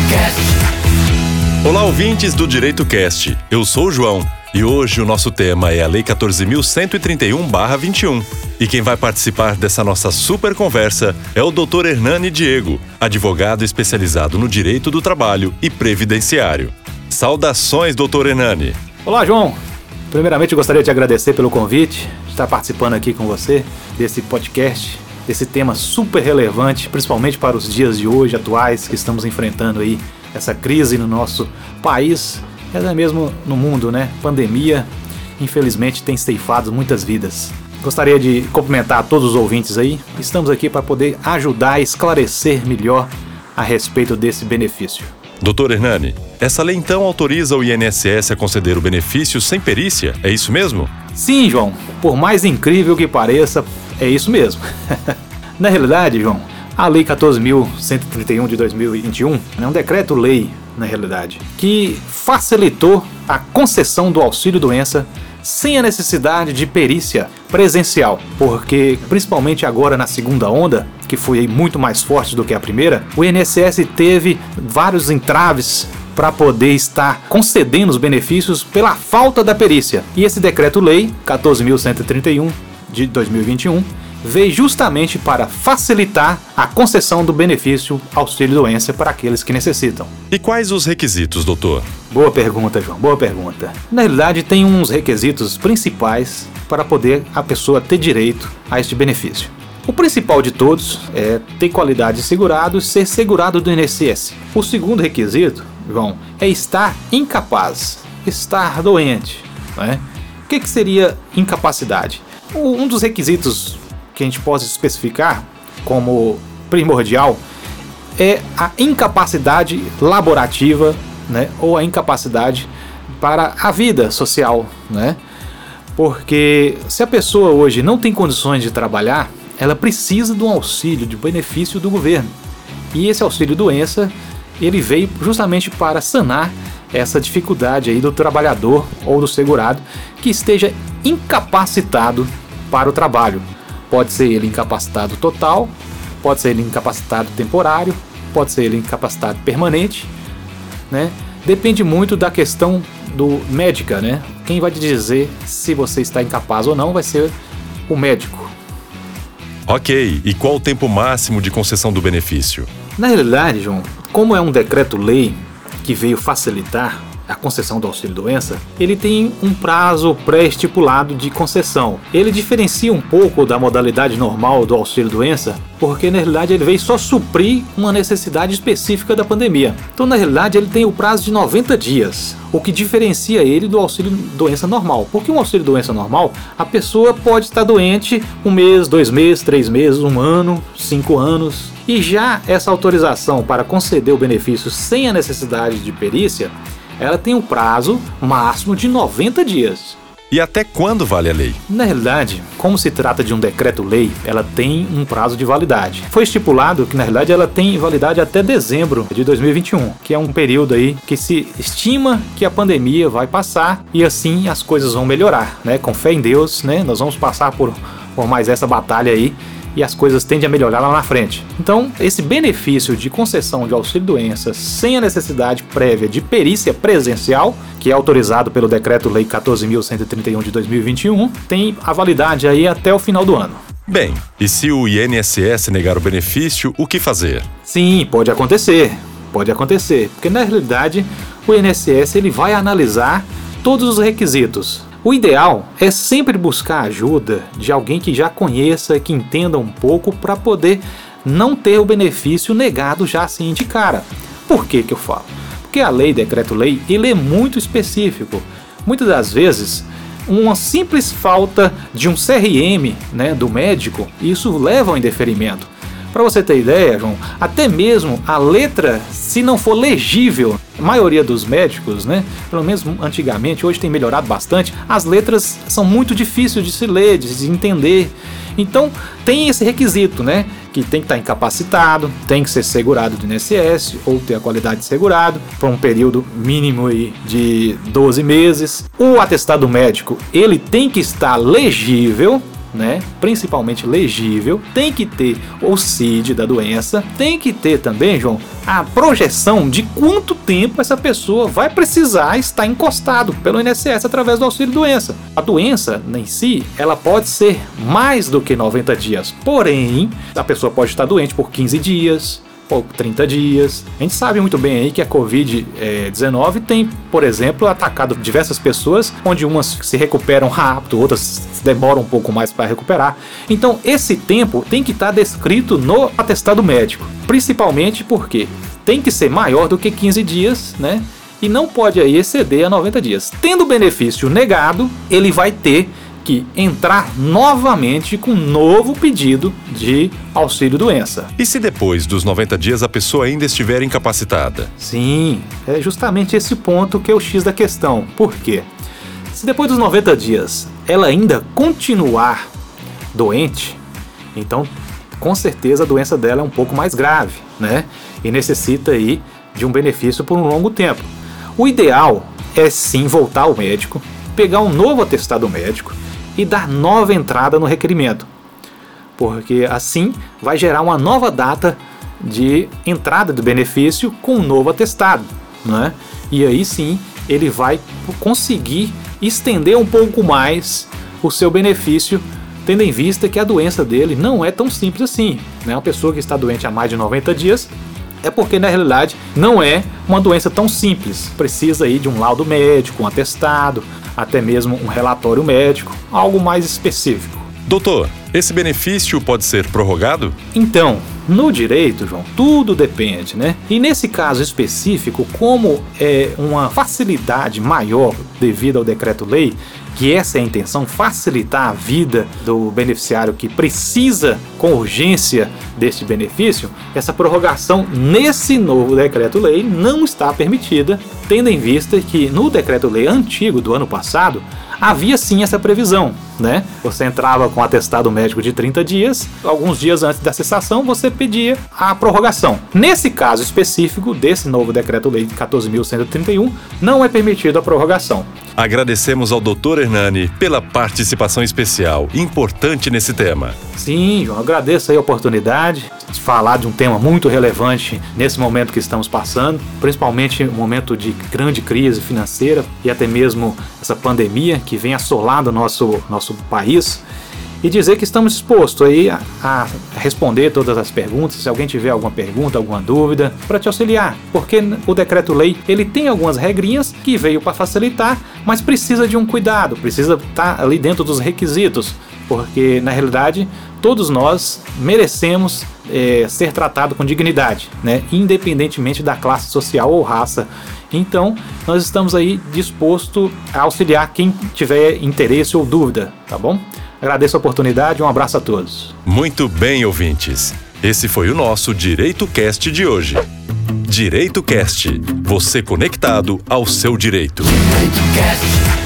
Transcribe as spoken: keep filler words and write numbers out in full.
Olá, ouvintes do Direito Cast. Eu sou o João e hoje o nosso tema é a Lei quatorze mil cento e trinta e um barra vinte e um. E quem vai participar dessa nossa super conversa é o doutor Hernani Diego, advogado especializado no direito do trabalho e previdenciário. Saudações, doutor Hernani. Olá, João. Primeiramente, eu gostaria de te agradecer pelo convite, de estar participando aqui com você desse podcast, desse tema super relevante, principalmente para os dias de hoje, atuais, que estamos enfrentando aí essa crise no nosso país, e até mesmo no mundo, né? Pandemia, infelizmente, tem ceifado muitas vidas. Gostaria de cumprimentar todos os ouvintes aí. Estamos aqui para poder ajudar a esclarecer melhor a respeito desse benefício. doutor Hernani, essa lei então autoriza o I N S S a conceder o benefício sem perícia, é isso mesmo? Sim, João. Por mais incrível que pareça, é isso mesmo. Na realidade, João, a Lei quatorze mil cento e trinta e um de dois mil e vinte e um é um decreto-lei, na realidade, que facilitou a concessão do auxílio-doença sem a necessidade de perícia presencial, porque principalmente agora na segunda onda, que foi muito mais forte do que a primeira, o I N S S teve vários entraves para poder estar concedendo os benefícios pela falta da perícia. E esse decreto-lei quatorze mil cento e trinta e um de dois mil e vinte e um veio justamente para facilitar a concessão do benefício auxílio-doença para aqueles que necessitam. E quais os requisitos, doutor? Boa pergunta, João, boa pergunta. Na realidade, tem uns requisitos principais para poder a pessoa ter direito a este benefício. O principal de todos é ter qualidade de segurado e ser segurado do I N S S. O segundo requisito, João, é estar incapaz, estar doente, né? O que, que seria incapacidade? Um dos requisitos que a gente pode especificar como primordial é a incapacidade laborativa, né, ou a incapacidade para a vida social, né? Porque se a pessoa hoje não tem condições de trabalhar, ela precisa de um auxílio, de benefício do governo. E esse auxílio-doença, ele veio justamente para sanar essa dificuldade aí do trabalhador ou do segurado que esteja incapacitado para o trabalho. Pode ser ele incapacitado total, pode ser ele incapacitado temporário, pode ser ele incapacitado permanente, né? Depende muito da questão do médica, né? Quem vai te dizer se você está incapaz ou não vai ser o médico. Ok, e qual o tempo máximo de concessão do benefício? Na realidade, João, como é um decreto-lei que veio facilitar a concessão do auxílio-doença, ele tem um prazo pré-estipulado de concessão. Ele diferencia um pouco da modalidade normal do auxílio-doença, porque na realidade ele veio só suprir uma necessidade específica da pandemia. Então na realidade ele tem o prazo de noventa dias, o que diferencia ele do auxílio-doença normal. Porque um auxílio-doença normal, a pessoa pode estar doente um mês, dois meses, três meses, um ano, cinco anos. E já essa autorização para conceder o benefício sem a necessidade de perícia, ela tem um prazo máximo de noventa dias. E até quando vale a lei? Na realidade, como se trata de um decreto-lei, ela tem um prazo de validade. Foi estipulado que, na realidade, ela tem validade até dezembro de dois mil e vinte e um, que é um período aí que se estima que a pandemia vai passar e assim as coisas vão melhorar, né? Com fé em Deus, né? Nós vamos passar por, por mais essa batalha aí e as coisas tendem a melhorar lá na frente. Então, esse benefício de concessão de auxílio-doença sem a necessidade prévia de perícia presencial, que é autorizado pelo Decreto-Lei quatorze mil cento e trinta e um de dois mil e vinte e um, tem a validade aí até o final do ano. Bem, e se o I N S S negar o benefício, o que fazer? Sim, pode acontecer, pode acontecer, porque na realidade o I N S S ele vai analisar todos os requisitos. O ideal é sempre buscar ajuda de alguém que já conheça, que entenda um pouco para poder não ter o benefício negado já assim de cara. Por que que eu falo? Porque a lei, decreto-lei, ele é muito específico. Muitas das vezes, uma simples falta de um C R M, né, do médico, isso leva ao indeferimento. Para você ter ideia, João, até mesmo a letra, se não for legível, a maioria dos médicos, né, pelo menos antigamente, hoje tem melhorado bastante, as letras são muito difíceis de se ler, de se entender. Então tem esse requisito, né, que tem que estar incapacitado, tem que ser segurado do I N S S ou ter a qualidade de segurado por um período mínimo aí de doze meses. O atestado médico, ele tem que estar legível, né, principalmente legível, tem que ter o C I D da doença, tem que ter também, João, a projeção de quanto tempo essa pessoa vai precisar estar encostado pelo I N S S através do auxílio-doença. A doença em si, ela pode ser mais do que noventa dias, porém, a pessoa pode estar doente por quinze dias, ou trinta dias. A gente sabe muito bem aí que a covid dezenove tem, por exemplo, atacado diversas pessoas, onde umas se recuperam rápido, outras demoram um pouco mais para recuperar. Então, esse tempo tem que estar descrito no atestado médico, principalmente porque tem que ser maior do que quinze dias, né? E não pode aí exceder a noventa dias. Tendo o benefício negado, ele vai ter que entrar novamente com um novo pedido de auxílio-doença. E se depois dos noventa dias a pessoa ainda estiver incapacitada? Sim, é justamente esse ponto que é o X da questão. Por quê? Se depois dos noventa dias ela ainda continuar doente, então com certeza a doença dela é um pouco mais grave, né? E necessita aí de um benefício por um longo tempo. O ideal é sim voltar ao médico, pegar um novo atestado médico e dar nova entrada no requerimento, porque assim vai gerar uma nova data de entrada do benefício com um novo atestado, né? E aí sim ele vai conseguir estender um pouco mais o seu benefício, tendo em vista que a doença dele não é tão simples assim, né? Uma pessoa que está doente há mais de noventa dias é porque na realidade não é uma doença tão simples, precisa aí de um laudo médico, um atestado, até mesmo um relatório médico, algo mais específico. Doutor, esse benefício pode ser prorrogado? Então, no direito, João, tudo depende, né? E nesse caso específico, como é uma facilidade maior devido ao decreto-lei, que essa é a intenção, facilitar a vida do beneficiário que precisa com urgência deste benefício, essa prorrogação nesse novo decreto-lei não está permitida, tendo em vista que no decreto-lei antigo do ano passado, havia sim essa previsão, né? Você entrava com atestado médico de trinta dias, alguns dias antes da cessação você pedia a prorrogação. Nesse caso específico desse novo decreto-lei de quatorze mil cento e trinta e um, não é permitida a prorrogação. Agradecemos ao doutor Hernani pela participação especial, importante nesse tema. Sim, João, agradeço aí a oportunidade de falar de um tema muito relevante nesse momento que estamos passando, principalmente um momento de grande crise financeira e até mesmo essa pandemia que vem assolando o nosso, nosso país. E dizer que estamos dispostos aí a, a responder todas as perguntas, se alguém tiver alguma pergunta, alguma dúvida, para te auxiliar, porque o decreto-lei ele tem algumas regrinhas que veio para facilitar, mas precisa de um cuidado, precisa estar ali dentro dos requisitos, porque na realidade todos nós merecemos é, ser tratados com dignidade, né? Independentemente da classe social ou raça. Então, nós estamos aí dispostos a auxiliar quem tiver interesse ou dúvida, tá bom? Agradeço a oportunidade e um abraço a todos. Muito bem, ouvintes. Esse foi o nosso Direito Cast de hoje. Direito Cast. Você conectado ao seu direito. Direito Cast.